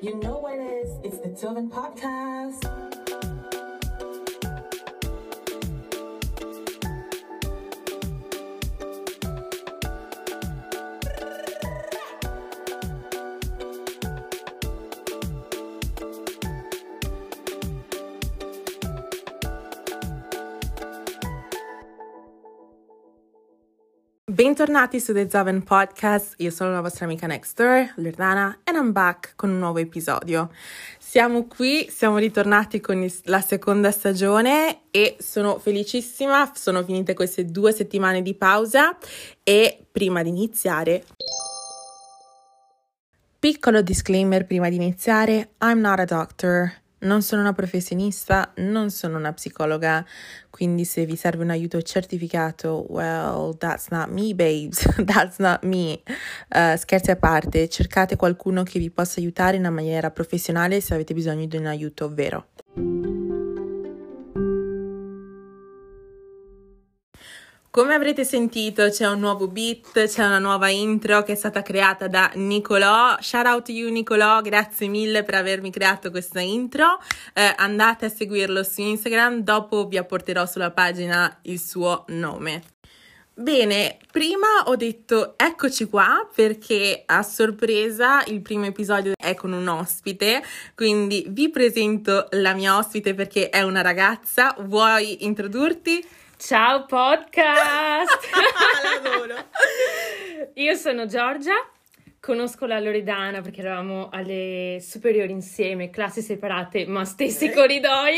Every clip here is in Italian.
You know what it is. It's the Joven Podcast. Bentornati su The Joven Podcast, io sono la vostra amica next door, Loredana, and I'm back con un nuovo episodio. Siamo qui, siamo ritornati con la seconda stagione e sono felicissima, sono finite queste 2 settimane di pausa e prima di iniziare... Piccolo disclaimer prima di iniziare, I'm not a doctor. Non sono una professionista, non sono una psicologa, quindi se vi serve un aiuto certificato, well, that's not me, babes, that's not me. Scherzi a parte, cercate qualcuno che vi possa aiutare in una maniera professionale se avete bisogno di un aiuto vero. Come avrete sentito c'è un nuovo beat, c'è una nuova intro che è stata creata da Nicolò. Shout out to you Nicolò, grazie mille per avermi creato questa intro. Andate a seguirlo su Instagram, dopo vi apporterò sulla pagina il suo nome. Bene, prima ho detto eccoci qua perché a sorpresa il primo episodio è con un ospite, quindi vi presento la mia ospite perché è una ragazza. Vuoi introdurti? Ciao podcast! L'adoro! Io sono Giorgia, conosco la Loredana perché eravamo alle superiori insieme, classi separate ma stessi corridoi.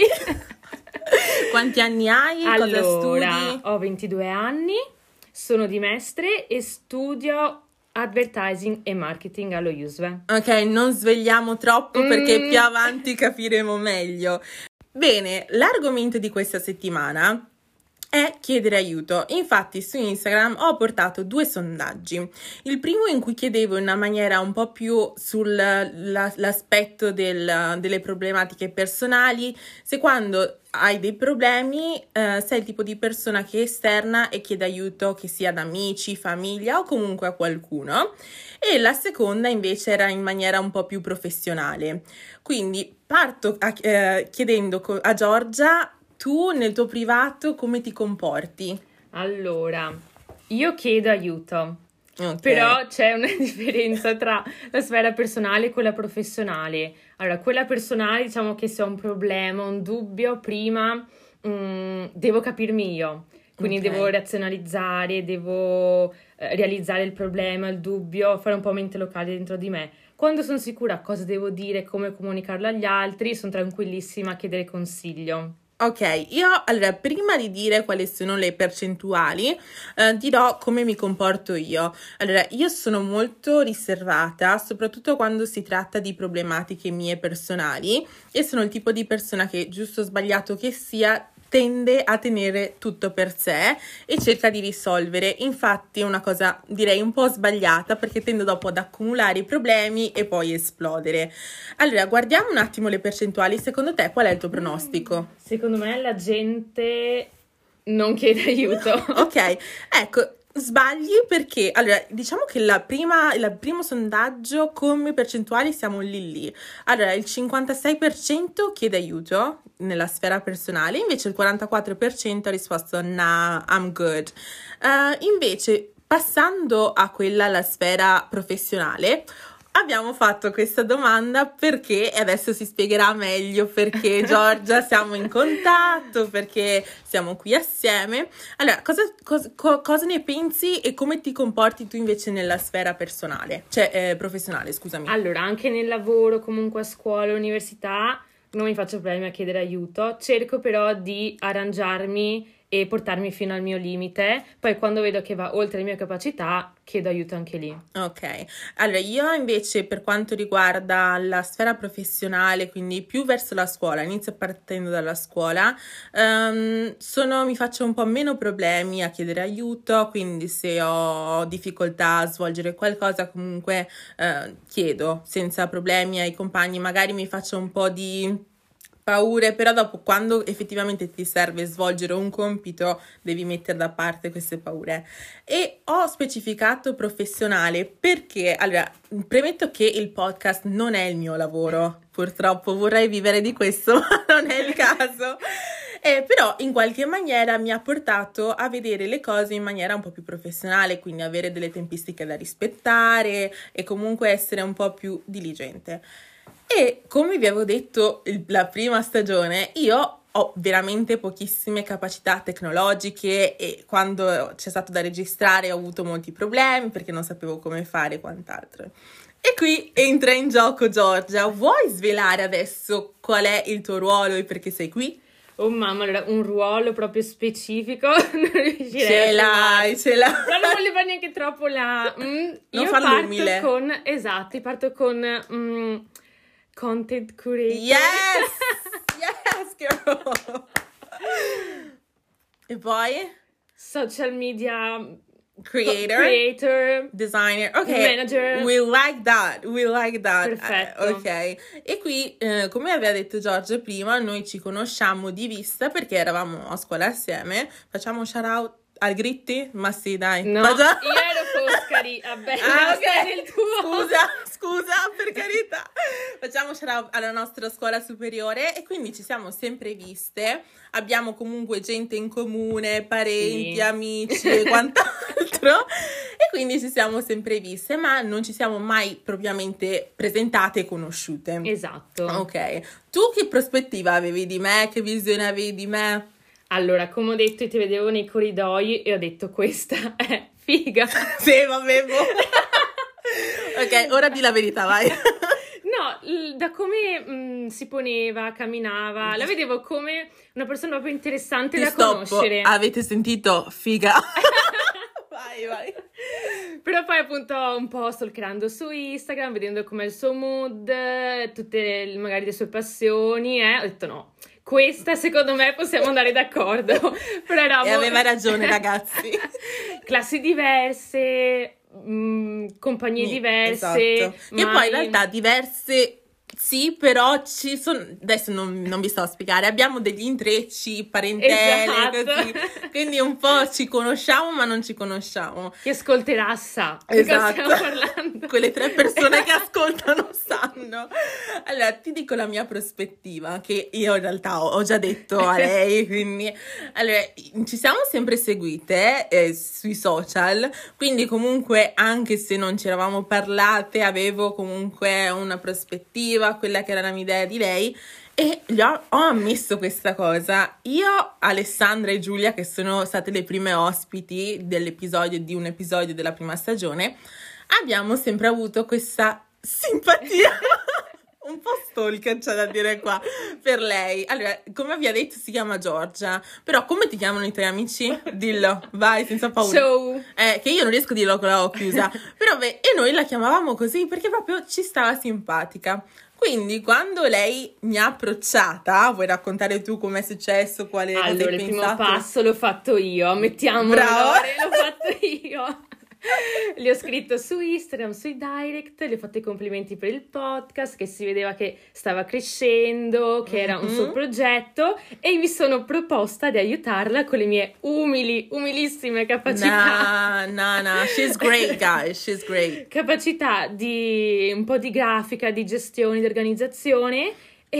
Quanti anni hai? Allora, cosa studi? ho 22 anni, sono di Mestre e studio advertising e marketing allo USV. Ok, non svegliamo troppo perché più avanti capiremo meglio. Bene, l'argomento di questa settimana è chiedere aiuto. Infatti su Instagram ho portato 2 sondaggi. Il primo in cui chiedevo in una maniera un po' più sull'aspetto delle problematiche personali, se quando hai dei problemi sei il tipo di persona che esterna e chiede aiuto, che sia ad amici, famiglia o comunque a qualcuno, e la seconda invece era in maniera un po' più professionale. Quindi parto chiedendo a Giorgia: tu nel tuo privato come ti comporti? Allora, io chiedo aiuto, Okay. però c'è una differenza tra la sfera personale e quella professionale. Allora, quella personale, diciamo che se ho un problema, un dubbio, prima devo capirmi io. Quindi Okay. devo razionalizzare, devo realizzare il problema, il dubbio, fare un po' mente locale dentro di me. Quando sono sicura cosa devo dire, come comunicarlo agli altri, sono tranquillissima a chiedere consiglio. Ok, io allora prima di dire quali sono le percentuali dirò come mi comporto io. Allora, io sono molto riservata, soprattutto quando si tratta di problematiche mie personali, e sono il tipo di persona che, giusto o sbagliato che sia, tende a tenere tutto per sé e cerca di risolvere. Infatti è una cosa direi un po' sbagliata perché tendo dopo ad accumulare i problemi e poi esplodere. Allora, guardiamo un attimo le percentuali. Secondo te qual è il tuo pronostico? Secondo me la gente non chiede aiuto. Ok, ecco, sbagli perché, allora, diciamo che il primo sondaggio come percentuali siamo lì. Allora, il 56% chiede aiuto nella sfera personale, invece il 44% ha risposto nah, I'm good. Invece, passando a la sfera professionale, abbiamo fatto questa domanda perché, e adesso si spiegherà meglio perché Giorgia siamo in contatto, perché siamo qui assieme. Allora, cosa ne pensi e come ti comporti tu invece nella sfera personale, cioè professionale, scusami. Allora, anche nel lavoro, comunque a scuola, all'università, non mi faccio problemi a chiedere aiuto, cerco però di arrangiarmi e portarmi fino al mio limite, poi quando vedo che va oltre le mie capacità chiedo aiuto anche lì. Ok, allora io invece per quanto riguarda la sfera professionale, quindi più verso la scuola, inizio partendo dalla scuola, mi faccio un po' meno problemi a chiedere aiuto, quindi se ho difficoltà a svolgere qualcosa comunque chiedo senza problemi ai compagni, magari mi faccio un po' di paure, però dopo quando effettivamente ti serve svolgere un compito devi mettere da parte queste paure. E ho specificato professionale perché, allora, premetto che il podcast non è il mio lavoro, purtroppo vorrei vivere di questo, ma non è il caso. Però in qualche maniera mi ha portato a vedere le cose in maniera un po' più professionale, quindi avere delle tempistiche da rispettare e comunque essere un po' più diligente. E come vi avevo detto la prima stagione, io ho veramente pochissime capacità tecnologiche e quando c'è stato da registrare ho avuto molti problemi perché non sapevo come fare e quant'altro. E qui entra in gioco Giorgia. Vuoi svelare adesso qual è il tuo ruolo e perché sei qui? Oh mamma, allora un ruolo proprio specifico non riuscirei Ce l'hai. Però non voglio fare neanche troppo la... io farlo umile. parto con content creator. Yes! Yes, girl! E poi? Social media Creator, designer, ok, manager. we like that. Perfetto. Ok, e qui, come aveva detto Giorgia prima, noi ci conosciamo di vista perché eravamo a scuola assieme. Facciamo shout out al Gritti? Ma sì, dai. No, io ero Foscari, vabbè, ok, il tuo. Scusa, per carità. Facciamo shout out alla nostra scuola superiore e quindi ci siamo sempre viste. Abbiamo comunque gente in comune, parenti, sì, amici e quant'altro. E quindi ci siamo sempre viste, ma non ci siamo mai propriamente presentate e conosciute. Esatto. Ok. Tu che prospettiva avevi di me? Che visione avevi di me? Allora, come ho detto, io ti vedevo nei corridoi e ho detto questa è figa. Sì, vabbè. Ok, ora di la verità, vai. No, da come si poneva, camminava, la vedevo come una persona proprio interessante da conoscere. Avete sentito? Figa. Vai. Però poi appunto un po' stalkerando su Instagram, vedendo com'è il suo mood, tutte magari le sue passioni, ho detto no. Questa secondo me possiamo andare d'accordo. Però e aveva ragione, ragazzi. Classi diverse, compagnie diverse. Esatto. E poi in realtà diverse sì, però ci sono, adesso non vi sto a spiegare, abbiamo degli intrecci, parentele, esatto, così, quindi un po' ci conosciamo ma non ci conosciamo. Chi ascolterà sa di cosa stiamo parlando. Quelle 3 persone che ascoltano sanno. Allora, ti dico la mia prospettiva, che io in realtà ho già detto a lei, quindi allora, ci siamo sempre seguite sui social, quindi comunque anche se non ci eravamo parlate avevo comunque una prospettiva, quella che era la mia idea di lei, e ho ammesso questa cosa. Io, Alessandra e Giulia, che sono state le prime ospiti di un episodio della prima stagione, abbiamo sempre avuto questa simpatia un po' stalker, c'è da dire qua, per lei. Allora, come vi ha detto, si chiama Giorgia, però come ti chiamano i tuoi amici? Dillo, vai, senza paura. So. Che io non riesco a dirlo con la O chiusa, però e noi la chiamavamo così perché proprio ci stava simpatica. Quindi quando lei mi ha approcciata, vuoi raccontare tu com'è successo, quale cosa hai pensato? Allora, il primo passo l'ho fatto io, mettiamolo, l'ho fatto io. Gli ho scritto su Instagram, sui direct, gli ho fatto i complimenti per il podcast, che si vedeva che stava crescendo, che era un suo progetto, e mi sono proposta di aiutarla con le mie umilissime capacità. No, she's great, guys, she's great. Capacità di un po' di grafica, di gestione, di organizzazione,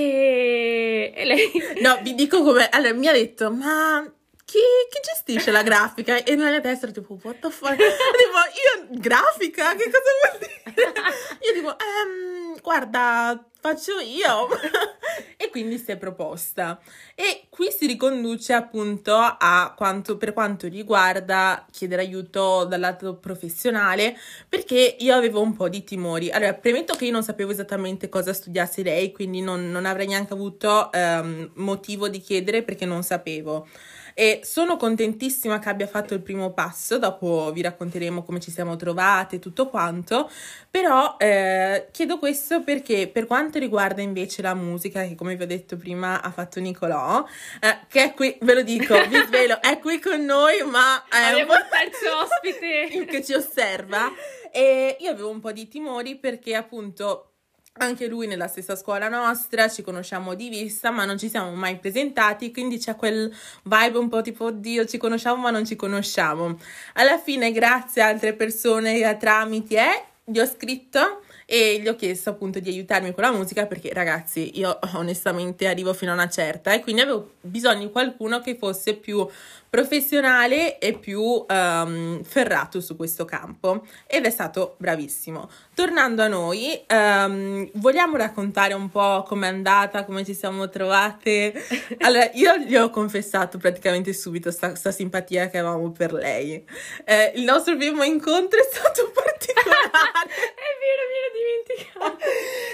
e lei... No, vi dico come... Allora, mi ha detto, ma... Chi gestisce la grafica? E nella testa ero tipo, what the fuck? Tipo, io grafica? Che cosa vuol dire? Io tipo, guarda, faccio io. E quindi si è proposta. E qui si riconduce appunto a per quanto riguarda chiedere aiuto dal lato professionale, perché io avevo un po' di timori. Allora, premetto che io non sapevo esattamente cosa studiasse lei, quindi non avrei neanche avuto motivo di chiedere perché non sapevo. E sono contentissima che abbia fatto il primo passo, dopo vi racconteremo come ci siamo trovate, tutto quanto, però chiedo questo perché per quanto riguarda invece la musica, che come vi ho detto prima ha fatto Nicolò, che è qui, ve lo dico, vi svelo, è qui con noi, ma è abbiamo un terzo ospite che ci osserva, e io avevo un po' di timori perché appunto anche lui nella stessa scuola nostra, ci conosciamo di vista, ma non ci siamo mai presentati, quindi c'è quel vibe un po' tipo, oddio, ci conosciamo ma non ci conosciamo. Alla fine, grazie a altre persone a tramiti, gli ho scritto e gli ho chiesto appunto di aiutarmi con la musica, perché ragazzi, io onestamente arrivo fino a una certa e quindi avevo bisogno di qualcuno che fosse più professionale e più ferrato su questo campo, ed è stato bravissimo. Tornando a noi, vogliamo raccontare un po' com'è andata, come ci siamo trovate? Allora, io gli ho confessato praticamente subito sta simpatia che avevamo per lei. Il nostro primo incontro è stato particolare. È vero, mi ero dimenticata.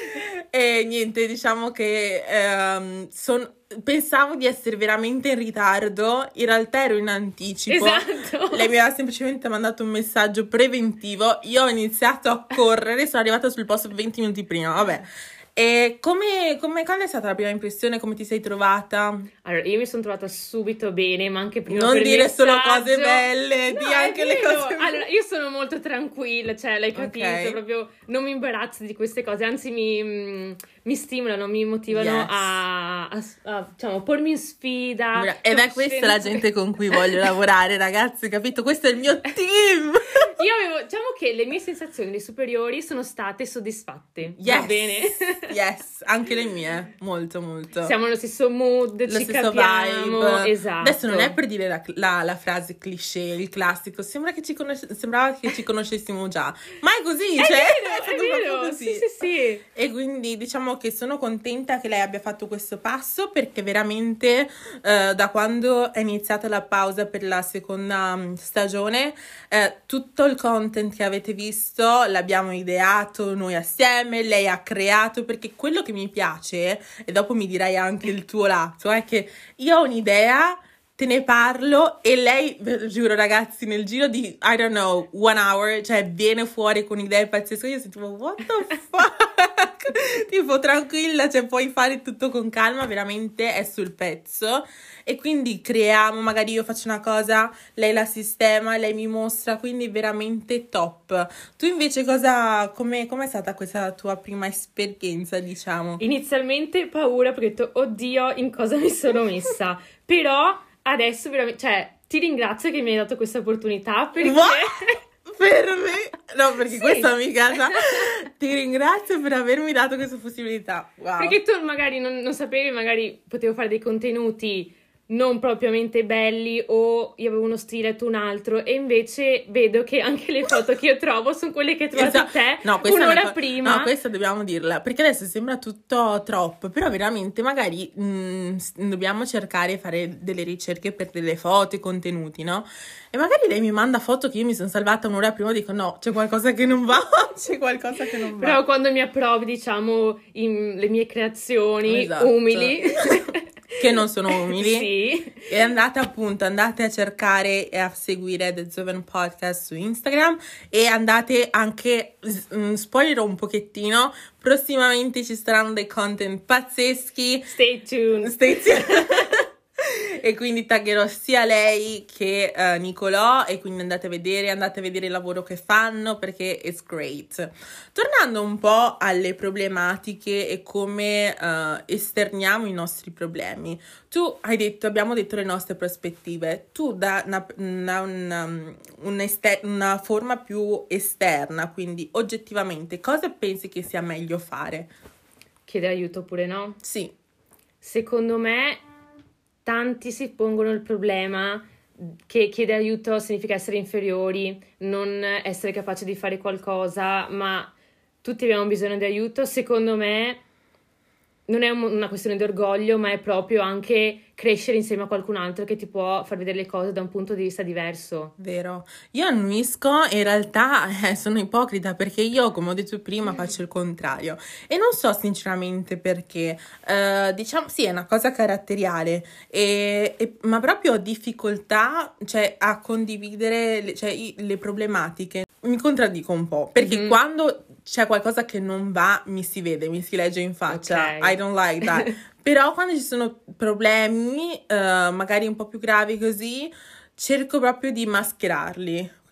E niente, diciamo che pensavo di essere veramente in ritardo, in realtà ero in anticipo. Esatto. Lei mi aveva semplicemente mandato un messaggio preventivo, io ho iniziato a correre, sono arrivata sul posto 20 minuti prima, vabbè. E quando è stata la prima impressione? Come ti sei trovata? Allora, io mi sono trovata subito bene, ma anche prima Non per dire solo messaggio. cose belle, No, di è anche le vero. cose. Allora, io sono molto tranquilla, cioè, l'hai capito, Ok. proprio non mi imbarazzo di queste cose, anzi mi stimolano, mi motivano Yes. a, diciamo, pormi in sfida. Ed è questa la gente con cui voglio lavorare, ragazzi, capito? Questo è il mio team! Io avevo, diciamo che le mie sensazioni dei superiori sono state soddisfatte, Yes. va bene? Yes, anche le mie, molto molto. Siamo nello stesso mood, Lo ci stesso capiamo, vibe. esatto. Adesso non è per dire la frase cliché, il classico, sembrava che ci conoscessimo già, ma è così, È cioè vero, stato è proprio vero, così. sì. E quindi diciamo che sono contenta che lei abbia fatto questo passo, perché veramente da quando è iniziata la pausa per la seconda stagione, tutto il content che avete visto l'abbiamo ideato noi assieme, lei ha creato, perché quello che mi piace, e dopo mi dirai anche il tuo lato, è che io ho un'idea, te ne parlo e lei, ve lo giuro ragazzi, nel giro di, I don't know, 1 hour, cioè viene fuori con idee pazzesche. Io sentivo, what the fuck? Tipo tranquilla, cioè puoi fare tutto con calma, veramente è sul pezzo. E quindi creiamo, magari io faccio una cosa, lei la sistema, lei mi mostra, quindi veramente top. Tu invece com'è stata questa tua prima esperienza, diciamo? Inizialmente paura, perché ho detto, oddio, in cosa mi sono messa? Però adesso veramente, cioè, ti ringrazio che mi hai dato questa opportunità, perché... Per me? No, perché Sì. questa amica ti ringrazio per avermi dato questa possibilità. Wow. Perché tu magari non sapevi, magari potevo fare dei contenuti non propriamente belli, o io avevo uno stile, tu un altro, e invece vedo che anche le foto che io trovo sono quelle che hai trovato te No, questa è un'ora prima. No, questa dobbiamo dirla, perché adesso sembra tutto troppo, però veramente magari dobbiamo cercare di fare delle ricerche per delle foto e contenuti, no? E magari lei mi manda foto che io mi sono salvata un'ora prima e dico no, c'è qualcosa che non va, c'è qualcosa che non va. Però quando mi approvi, diciamo, le mie creazioni Esatto. umili... Che non sono umili. Sì. E andate a cercare e a seguire The Zoven Podcast su Instagram, e andate anche, spoilerò un pochettino, prossimamente ci saranno dei content pazzeschi. Stay tuned. Stay tuned. E quindi taggerò sia lei che Nicolò, e quindi andate a vedere il lavoro che fanno, perché it's great. Tornando un po' alle problematiche e come esterniamo i nostri problemi, tu hai detto, abbiamo detto le nostre prospettive, tu da una forma più esterna, quindi oggettivamente cosa pensi che sia meglio fare? Chiede aiuto oppure no? Sì. Secondo me tanti si pongono il problema che chiedere aiuto significa essere inferiori, non essere capaci di fare qualcosa, ma tutti abbiamo bisogno di aiuto. Secondo me non è una questione di orgoglio, ma è proprio anche crescere insieme a qualcun altro che ti può far vedere le cose da un punto di vista diverso. Vero. Io annuisco e in realtà sono ipocrita, perché io, come ho detto prima, faccio il contrario. E non so sinceramente perché. Diciamo, sì, è una cosa caratteriale, ma proprio ho difficoltà, cioè, a condividere le problematiche. Mi contraddico un po', perché quando c'è qualcosa che non va, mi si vede, mi si legge in faccia. Ok. I don't like that. Però quando ci sono problemi, magari un po' più gravi così, cerco proprio di mascherarli.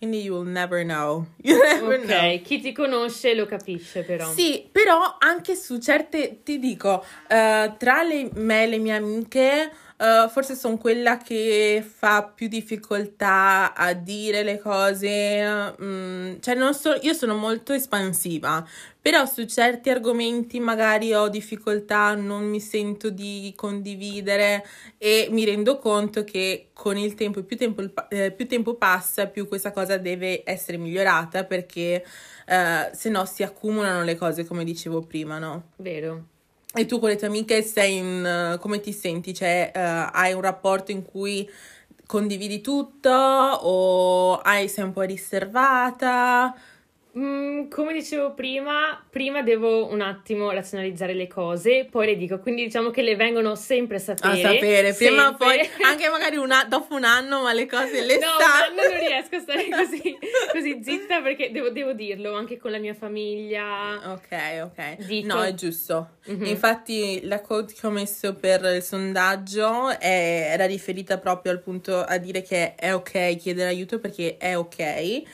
quindi you'll never know. You never know. Chi ti conosce lo capisce però. Sì, però anche su certe, ti dico, tra me e le mie amiche, forse sono quella che fa più difficoltà a dire le cose, cioè io sono molto espansiva, però su certi argomenti magari ho difficoltà, non mi sento di condividere e mi rendo conto che con il tempo, più tempo passa, più questa cosa deve essere migliorata, perché se no si accumulano le cose, come dicevo prima, no? Vero. E tu con le tue amiche come ti senti? Cioè, hai un rapporto in cui condividi tutto o sei un po' riservata? Come dicevo prima devo un attimo razionalizzare le cose, poi le dico, quindi diciamo che le vengono sempre a sapere. Prima o poi, anche magari dopo un anno, ma le cose le No, sanno. un anno non riesco a stare così zitta, perché devo dirlo anche con la mia famiglia. Ok. Dico. No, è giusto. Mhm. Infatti la quote che ho messo per il sondaggio era riferita proprio al punto a dire che è ok chiedere aiuto, perché è ok.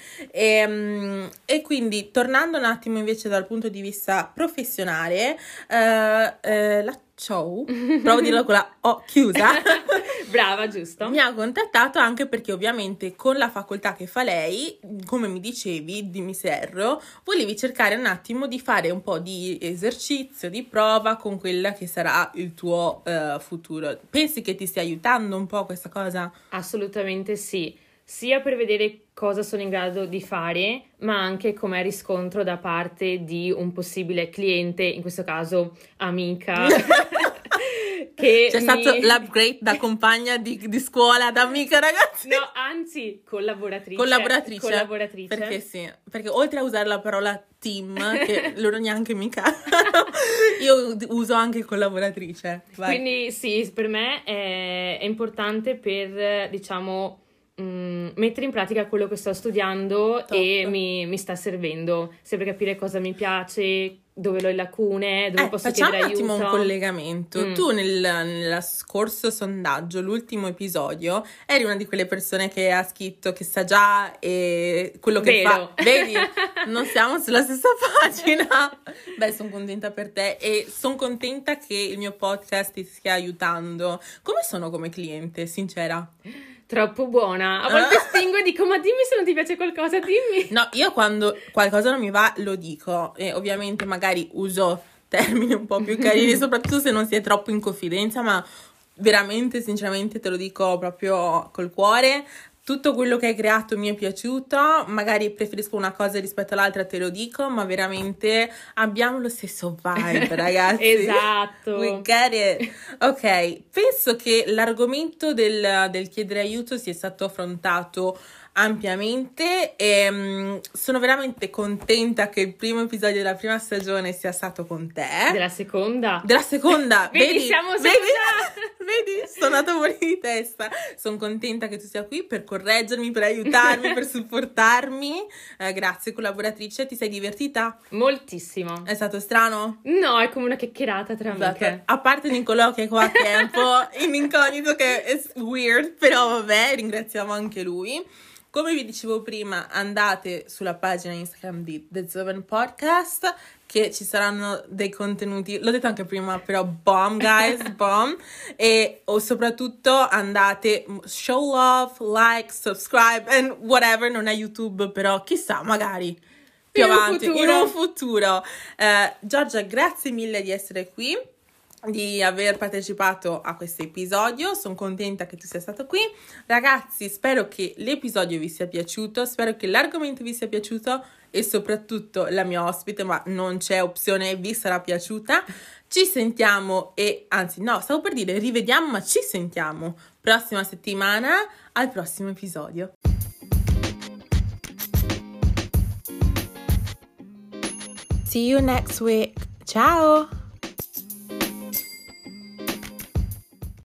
E quindi, tornando un attimo invece dal punto di vista professionale, la Ciao, provo a dirlo con la O chiusa. Brava, giusto. Mi ha contattato anche perché ovviamente con la facoltà che fa lei, come mi dicevi, di Miserro, volevi cercare un attimo di fare un po' di esercizio, di prova con quella che sarà il tuo futuro. Pensi che ti stia aiutando un po' questa cosa? Assolutamente sì, sia per vedere cosa sono in grado di fare, ma anche come riscontro da parte di un possibile cliente, in questo caso amica. Che c'è stato l'upgrade da compagna di scuola ad amica, ragazzi. No, anzi, collaboratrice. Perché sì, perché oltre a usare la parola team, che loro neanche mica, io uso anche collaboratrice. Vai. Quindi sì, per me è importante per, diciamo, mettere in pratica quello che sto studiando. Top. E mi sta servendo, sempre capire cosa mi piace, dove ho le lacune, dove posso chiedere aiuto. Facciamo un attimo un collegamento. Tu nel scorso sondaggio, l'ultimo episodio, eri una di quelle persone che ha scritto che sa già quello che fa. Vedi? Non siamo sulla stessa pagina. Beh, sono contenta per te e sono contenta che il mio podcast ti stia aiutando. Come sono come cliente, sincera? Troppo buona. A volte spingo e dico, ma dimmi se non ti piace qualcosa, dimmi. No, io quando qualcosa non mi va lo dico e ovviamente magari uso termini un po' più carini, soprattutto se non si è troppo in confidenza, ma veramente, sinceramente te lo dico proprio col cuore. Tutto quello che hai creato mi è piaciuto, magari preferisco una cosa rispetto all'altra, te lo dico, ma veramente abbiamo lo stesso vibe, ragazzi. Esatto. We get it. Ok, penso che l'argomento del chiedere aiuto sia stato affrontato ampiamente e sono veramente contenta che il primo episodio della prima stagione sia stato con te. Della seconda? Vedi, siamo vedi, sono andata fuori di testa. Sono contenta che tu sia qui per correggermi, per aiutarmi, per supportarmi. Grazie collaboratrice, ti sei divertita? Moltissimo. È stato strano? No, è come una chiacchierata tra amiche. A parte Nicolò che è qua a tempo in incognito, che è weird, però vabbè, ringraziamo anche lui. Come vi dicevo prima, andate sulla pagina Instagram di The Zoven Podcast, che ci saranno dei contenuti, l'ho detto anche prima, però bomb, guys, bomb. E soprattutto andate, show love, like, subscribe, and whatever, non è YouTube, però chissà, magari più avanti, in un futuro. Giorgia, grazie mille di essere qui, di aver partecipato a questo episodio. Sono contenta che tu sia stato qui. Ragazzi, spero che l'episodio vi sia piaciuto, spero che l'argomento vi sia piaciuto e soprattutto la mia ospite, ma non c'è opzione, vi sarà piaciuta. Ci sentiamo stavo per dire rivediamo, ma ci sentiamo prossima settimana al prossimo episodio. See you next week. Ciao!